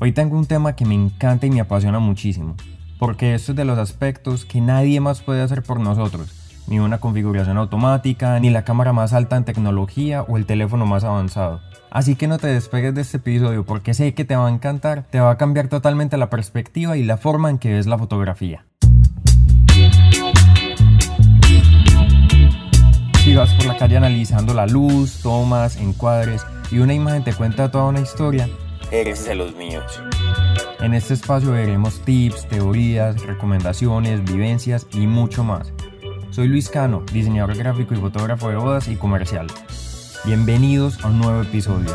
Hoy tengo un tema que me encanta y me apasiona muchísimo, porque esto es de los aspectos que nadie más puede hacer por nosotros, ni una configuración automática, ni la cámara más alta en tecnología o el teléfono más avanzado. Así que no te despegues de este episodio porque sé que te va a encantar, te va a cambiar totalmente la perspectiva y la forma en que ves la fotografía. Si vas por la calle analizando la luz, tomas, encuadres y una imagen te cuenta toda una historia, eres de los míos. En este espacio veremos tips, teorías, recomendaciones, vivencias y mucho más. Soy Luis Cano, diseñador gráfico y fotógrafo de bodas y comercial. Bienvenidos a un nuevo episodio.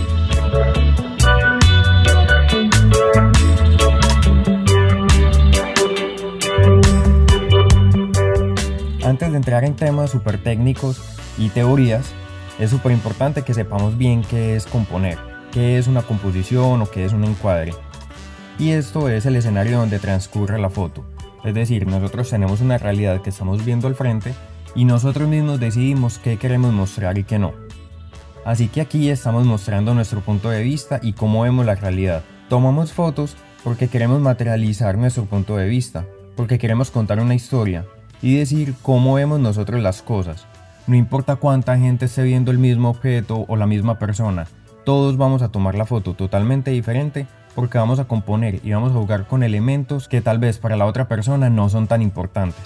Antes de entrar en temas súper técnicos y teorías, es súper importante que sepamos bien qué es componer, qué es una composición o qué es un encuadre. Y esto es el escenario donde transcurre la foto. Es decir, nosotros tenemos una realidad que estamos viendo al frente y nosotros mismos decidimos qué queremos mostrar y qué no. Así que aquí estamos mostrando nuestro punto de vista y cómo vemos la realidad. Tomamos fotos porque queremos materializar nuestro punto de vista, porque queremos contar una historia y decir cómo vemos nosotros las cosas. No importa cuánta gente esté viendo el mismo objeto o la misma persona, todos vamos a tomar la foto totalmente diferente porque vamos a componer y vamos a jugar con elementos que tal vez para la otra persona no son tan importantes.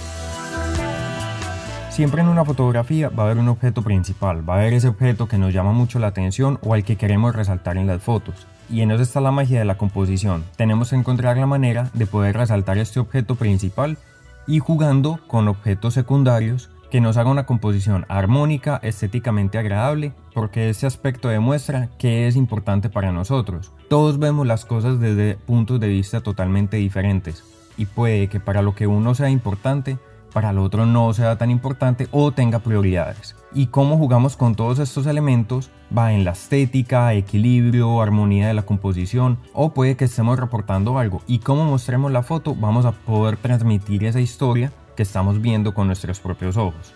Siempre en una fotografía va a haber un objeto principal, va a haber ese objeto que nos llama mucho la atención o al que queremos resaltar en las fotos. Y en eso está la magia de la composición. Tenemos que encontrar la manera de poder resaltar este objeto principal y jugando con objetos secundarios que nos haga una composición armónica, estéticamente agradable, porque este aspecto demuestra que es importante para nosotros. Todos vemos las cosas desde puntos de vista totalmente diferentes y puede que para lo que uno sea importante, para el otro no sea tan importante o tenga prioridades. Y cómo jugamos con todos estos elementos va en la estética, equilibrio, armonía de la composición, o puede que estemos reportando algo y cómo mostremos la foto vamos a poder transmitir esa historia que estamos viendo con nuestros propios ojos.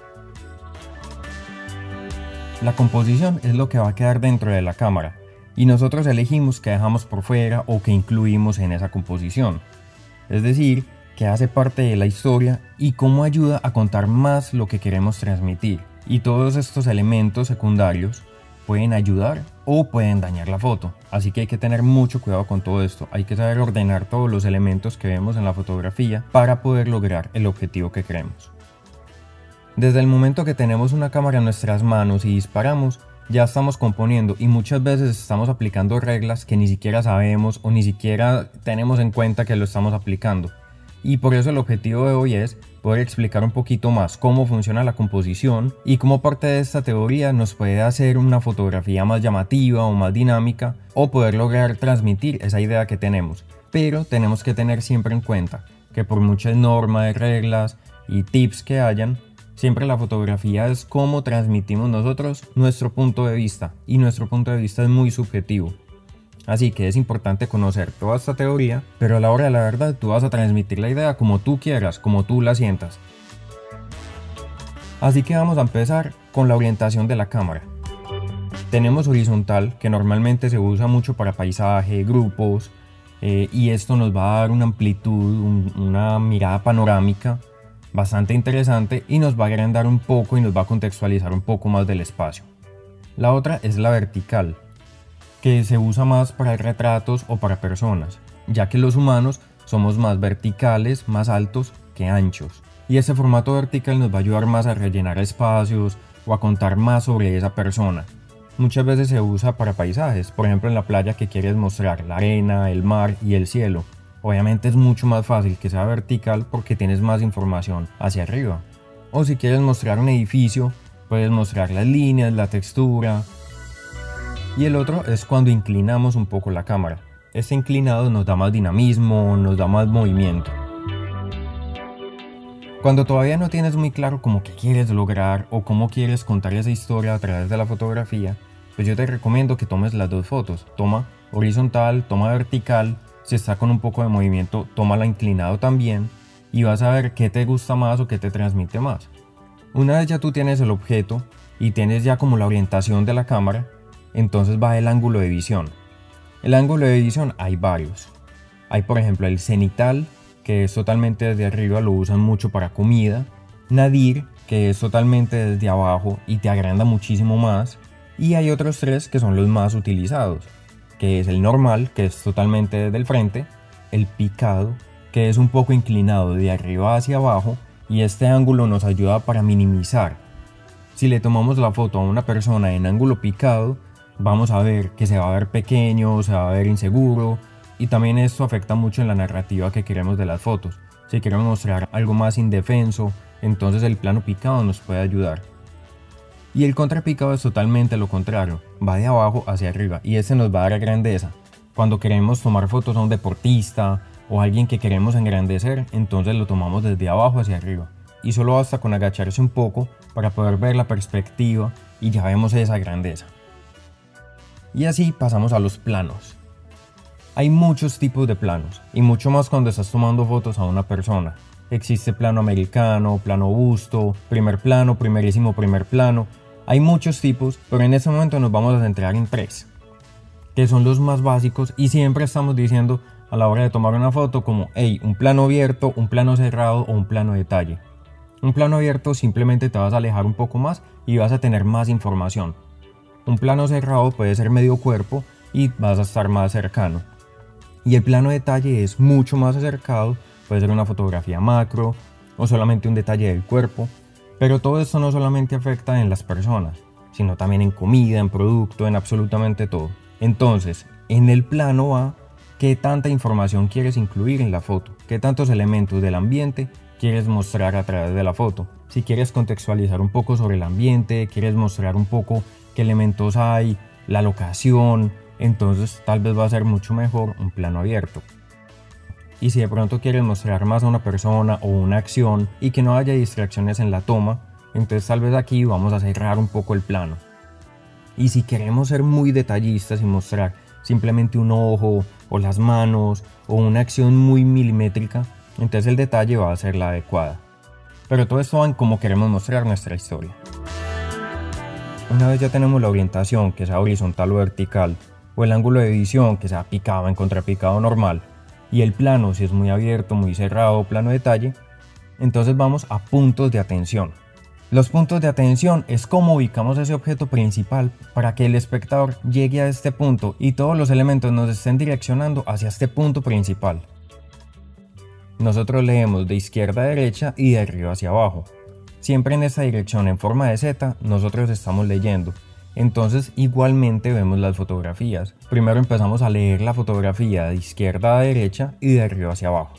La composición es lo que va a quedar dentro de la cámara y nosotros elegimos qué dejamos por fuera o qué incluimos en esa composición. Es decir, que hace parte de la historia y cómo ayuda a contar más lo que queremos transmitir. Y todos estos elementos secundarios pueden ayudar o pueden dañar la foto. Así que hay que tener mucho cuidado con todo esto. Hay que saber ordenar todos los elementos que vemos en la fotografía para poder lograr el objetivo que queremos. Desde el momento que tenemos una cámara en nuestras manos y disparamos, ya estamos componiendo y muchas veces estamos aplicando reglas que ni siquiera sabemos o ni siquiera tenemos en cuenta que lo estamos aplicando. Y por eso el objetivo de hoy es poder explicar un poquito más cómo funciona la composición y cómo parte de esta teoría nos puede hacer una fotografía más llamativa o más dinámica o poder lograr transmitir esa idea que tenemos. Pero tenemos que tener siempre en cuenta que por muchas normas, reglas y tips que hayan, siempre la fotografía es cómo transmitimos nosotros nuestro punto de vista y nuestro punto de vista es muy subjetivo. Así que es importante conocer toda esta teoría, pero a la hora de la verdad tú vas a transmitir la idea como tú quieras, como tú la sientas. Así que vamos a empezar con la orientación de la cámara. Tenemos horizontal, que normalmente se usa mucho para paisaje, grupos, y esto nos va a dar una amplitud, una mirada panorámica bastante interesante y nos va a agrandar un poco y nos va a contextualizar un poco más del espacio. La otra es la vertical, que se usa más para retratos o para personas, ya que los humanos somos más verticales, más altos que anchos. Y ese formato vertical nos va a ayudar más a rellenar espacios o a contar más sobre esa persona. Muchas veces se usa para paisajes, por ejemplo en la playa que quieres mostrar la arena, el mar y el cielo. Obviamente es mucho más fácil que sea vertical porque tienes más información hacia arriba. O si quieres mostrar un edificio, puedes mostrar las líneas, la textura. Y el otro es cuando inclinamos un poco la cámara. Este inclinado nos da más dinamismo, nos da más movimiento. Cuando todavía no tienes muy claro cómo qué quieres lograr o cómo quieres contar esa historia a través de la fotografía, pues yo te recomiendo que tomes las dos fotos. Toma horizontal, toma vertical, si está con un poco de movimiento, tómala inclinado también y vas a ver qué te gusta más o qué te transmite más. Una vez ya tú tienes el objeto y tienes ya como la orientación de la cámara, entonces va el ángulo de visión. El ángulo de visión hay varios. Hay por ejemplo el cenital, que es totalmente desde arriba, lo usan mucho para comida. Nadir, que es totalmente desde abajo y te agranda muchísimo más. Y hay otros tres que son los más utilizados, que es el normal, que es totalmente desde el frente, el picado, que es un poco inclinado de arriba hacia abajo, y este ángulo nos ayuda para minimizar. Si le tomamos la foto a una persona en ángulo picado, vamos a ver que se va a ver pequeño, se va a ver inseguro, y también esto afecta mucho en la narrativa que queremos de las fotos. Si queremos mostrar algo más indefenso, entonces el plano picado nos puede ayudar. Y el contrapicado es totalmente lo contrario, va de abajo hacia arriba, y este nos va a dar grandeza. Cuando queremos tomar fotos a un deportista o a alguien que queremos engrandecer, entonces lo tomamos desde abajo hacia arriba. Y solo basta con agacharse un poco para poder ver la perspectiva y ya vemos esa grandeza. Y así pasamos a los planos. Hay muchos tipos de planos, y mucho más cuando estás tomando fotos a una persona. Existe plano americano, plano busto, primer plano, primerísimo primer plano. Hay muchos tipos, pero en este momento nos vamos a centrar en tres, que son los más básicos, y siempre estamos diciendo a la hora de tomar una foto como hey, un plano abierto, un plano cerrado o un plano detalle. Un plano abierto simplemente te vas a alejar un poco más y vas a tener más información. Un plano cerrado puede ser medio cuerpo y vas a estar más cercano. Y el plano detalle es mucho más acercado, puede ser una fotografía macro o solamente un detalle del cuerpo. Pero todo esto no solamente afecta en las personas, sino también en comida, en producto, en absolutamente todo. Entonces, en el plano va qué tanta información quieres incluir en la foto, qué tantos elementos del ambiente quieres mostrar a través de la foto. Si quieres contextualizar un poco sobre el ambiente, quieres mostrar un poco qué elementos hay, la locación, entonces tal vez va a ser mucho mejor un plano abierto. Y si de pronto quieres mostrar más a una persona o una acción y que no haya distracciones en la toma, entonces tal vez aquí vamos a cerrar un poco el plano. Y si queremos ser muy detallistas y mostrar simplemente un ojo o las manos o una acción muy milimétrica, entonces el detalle va a ser la adecuada. Pero todo esto va en cómo queremos mostrar nuestra historia. Una vez ya tenemos la orientación, que sea horizontal o vertical, o el ángulo de visión, que sea picado en contrapicado normal, y el plano, si es muy abierto, muy cerrado o plano detalle, entonces vamos a puntos de atención. Los puntos de atención es cómo ubicamos ese objeto principal para que el espectador llegue a este punto y todos los elementos nos estén direccionando hacia este punto principal. Nosotros leemos de izquierda a derecha y de arriba hacia abajo. Siempre en esta dirección en forma de Z nosotros estamos leyendo. Entonces igualmente vemos las fotografías. Primero empezamos a leer la fotografía de izquierda a derecha y de arriba hacia abajo.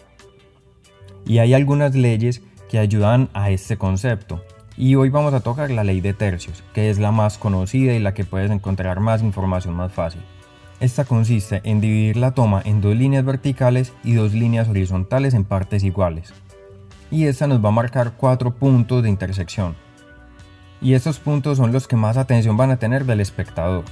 Y hay algunas leyes que ayudan a este concepto. Y hoy vamos a tocar la ley de tercios, que es la más conocida y la que puedes encontrar más información más fácil. Esta consiste en dividir la toma en dos líneas verticales y dos líneas horizontales en partes iguales. Y esta nos va a marcar 4 puntos de intersección. Y estos puntos son los que más atención van a tener del espectador.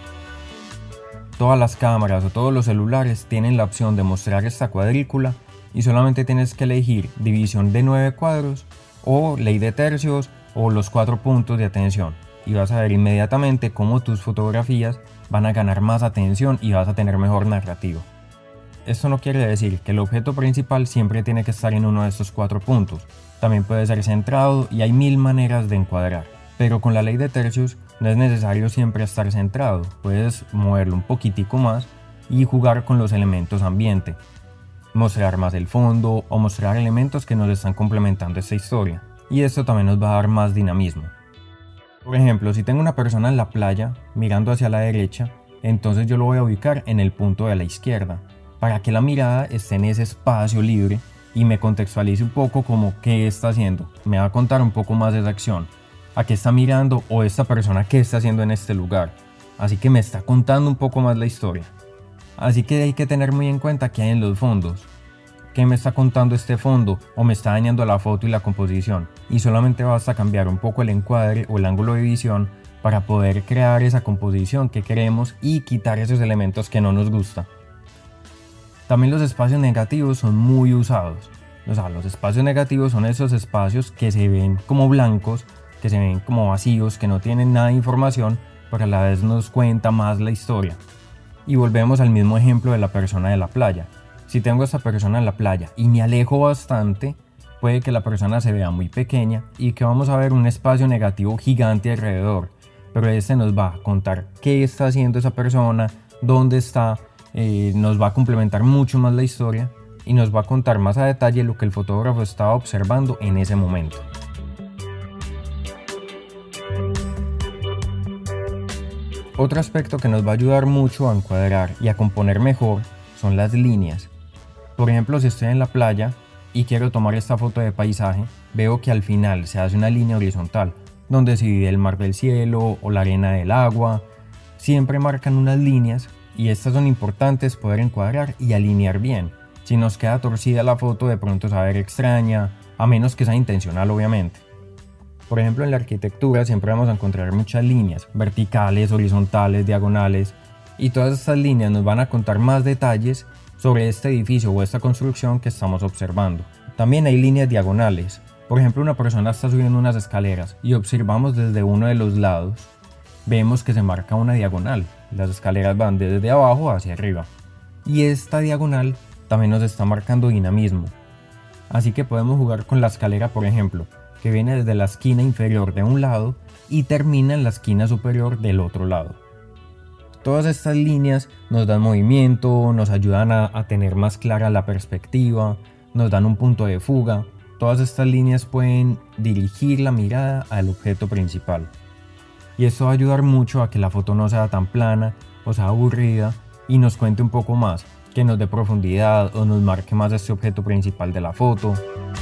Todas las cámaras o todos los celulares tienen la opción de mostrar esta cuadrícula y solamente tienes que elegir división de 9 cuadros o ley de tercios o los 4 puntos de atención. Y vas a ver inmediatamente cómo tus fotografías van a ganar más atención y vas a tener mejor narrativa. Esto no quiere decir que el objeto principal siempre tiene que estar en uno de estos 4 puntos. También puede ser centrado y hay 1000 maneras de encuadrar. Pero con la ley de tercios no es necesario siempre estar centrado. Puedes moverlo un poquitico más y jugar con los elementos ambiente. Mostrar más el fondo o mostrar elementos que nos están complementando esta historia. Y esto también nos va a dar más dinamismo. Por ejemplo, si tengo una persona en la playa mirando hacia la derecha, entonces yo lo voy a ubicar en el punto de la izquierda, para que la mirada esté en ese espacio libre y me contextualice un poco como qué está haciendo. Me va a contar un poco más de esa acción, a qué está mirando o esta persona qué está haciendo en este lugar. Así que me está contando un poco más la historia. Así que hay que tener muy en cuenta qué hay en los fondos. ¿Qué me está contando este fondo o me está dañando la foto y la composición? Y solamente basta cambiar un poco el encuadre o el ángulo de visión para poder crear esa composición que queremos y quitar esos elementos que no nos gusta. También los espacios negativos son muy usados. Los espacios negativos son esos espacios que se ven como blancos, que se ven como vacíos, que no tienen nada de información, pero a la vez nos cuenta más la historia. Y volvemos al mismo ejemplo de la persona de la playa. Si tengo a esta persona en la playa y me alejo bastante, puede que la persona se vea muy pequeña y que vamos a ver un espacio negativo gigante alrededor. Pero este nos va a contar qué está haciendo esa persona, dónde está, nos va a complementar mucho más la historia y nos va a contar más a detalle lo que el fotógrafo estaba observando en ese momento. Otro aspecto que nos va a ayudar mucho a encuadrar y a componer mejor son las líneas. Por ejemplo, si estoy en la playa y quiero tomar esta foto de paisaje, veo que al final se hace una línea horizontal, donde se divide el mar del cielo o la arena del agua. Siempre marcan unas líneas y estas son importantes poder encuadrar y alinear bien. Si nos queda torcida la foto, de pronto se va a ver extraña, a menos que sea intencional obviamente. Por ejemplo, en la arquitectura siempre vamos a encontrar muchas líneas, verticales, horizontales, diagonales, y todas estas líneas nos van a contar más detalles sobre este edificio o esta construcción que estamos observando. También hay líneas diagonales. Por ejemplo, una persona está subiendo unas escaleras y observamos desde uno de los lados, vemos que se marca una diagonal. Las escaleras van desde abajo hacia arriba. Y esta diagonal también nos está marcando dinamismo. Así que podemos jugar con la escalera, por ejemplo, que viene desde la esquina inferior de un lado y termina en la esquina superior del otro lado. Todas estas líneas nos dan movimiento, nos ayudan a tener más clara la perspectiva, nos dan un punto de fuga. Todas estas líneas pueden dirigir la mirada al objeto principal. Y esto va a ayudar mucho a que la foto no sea tan plana o sea aburrida y nos cuente un poco más, que nos dé profundidad o nos marque más este objeto principal de la foto.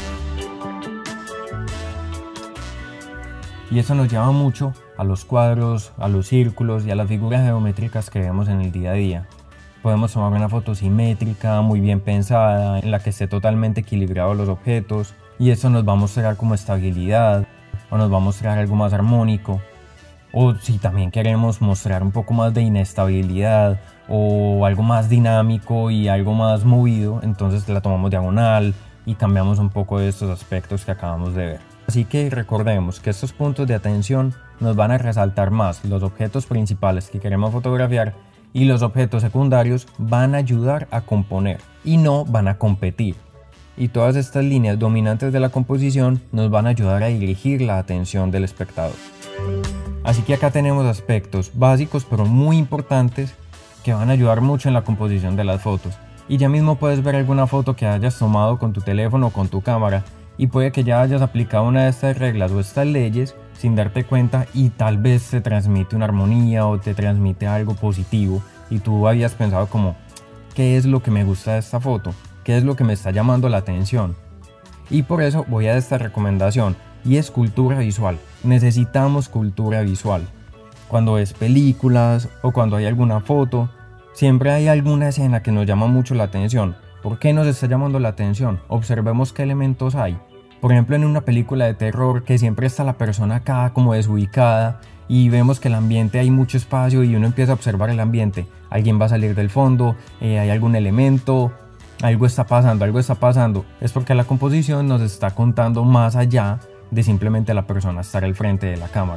Y eso nos lleva mucho a los cuadros, a los círculos y a las figuras geométricas que vemos en el día a día. Podemos tomar una foto simétrica, muy bien pensada, en la que esté totalmente equilibrados los objetos, y eso nos va a mostrar como estabilidad, o nos va a mostrar algo más armónico. O si también queremos mostrar un poco más de inestabilidad, o algo más dinámico y algo más movido, entonces la tomamos diagonal y cambiamos un poco de estos aspectos que acabamos de ver. Así que recordemos que estos puntos de atención nos van a resaltar más los objetos principales que queremos fotografiar y los objetos secundarios van a ayudar a componer y no van a competir. Y todas estas líneas dominantes de la composición nos van a ayudar a dirigir la atención del espectador. Así que acá tenemos aspectos básicos pero muy importantes que van a ayudar mucho en la composición de las fotos. Y ya mismo puedes ver alguna foto que hayas tomado con tu teléfono o con tu cámara y puede que ya hayas aplicado una de estas reglas o estas leyes sin darte cuenta y tal vez te transmite una armonía o te transmite algo positivo y tú habías pensado como ¿qué es lo que me gusta de esta foto? ¿Qué es lo que me está llamando la atención? Y por eso voy a dar esta recomendación y es cultura visual. Necesitamos cultura visual. Cuando ves películas o cuando hay alguna foto, siempre hay alguna escena que nos llama mucho la atención. ¿Por qué nos está llamando la atención? Observemos qué elementos hay. Por ejemplo, en una película de terror que siempre está la persona acá como desubicada y vemos que el ambiente hay mucho espacio y uno empieza a observar el ambiente. Alguien va a salir del fondo, hay algún elemento, algo está pasando. Es porque la composición nos está contando más allá de simplemente la persona estar al frente de la cámara.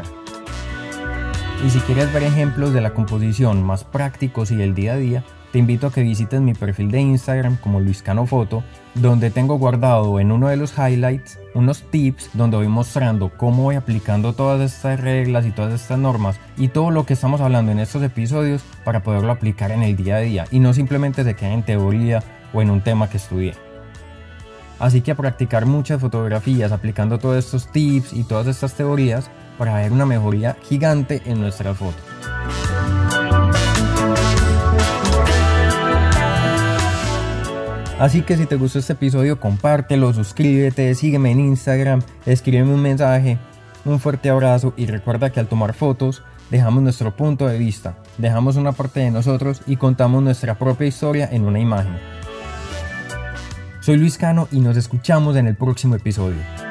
Y si quieres ver ejemplos de la composición más prácticos y del día a día, te invito a que visites mi perfil de Instagram como Luis Cano Foto, donde tengo guardado en uno de los highlights unos tips donde voy mostrando cómo voy aplicando todas estas reglas y todas estas normas y todo lo que estamos hablando en estos episodios para poderlo aplicar en el día a día y no simplemente se quede en teoría o en un tema que estudié. Así que a practicar muchas fotografías aplicando todos estos tips y todas estas teorías para ver una mejoría gigante en nuestras fotos. Así que si te gustó este episodio, compártelo, suscríbete, sígueme en Instagram, escríbeme un mensaje, un fuerte abrazo y recuerda que al tomar fotos dejamos nuestro punto de vista, dejamos una parte de nosotros y contamos nuestra propia historia en una imagen. Soy Luis Cano y nos escuchamos en el próximo episodio.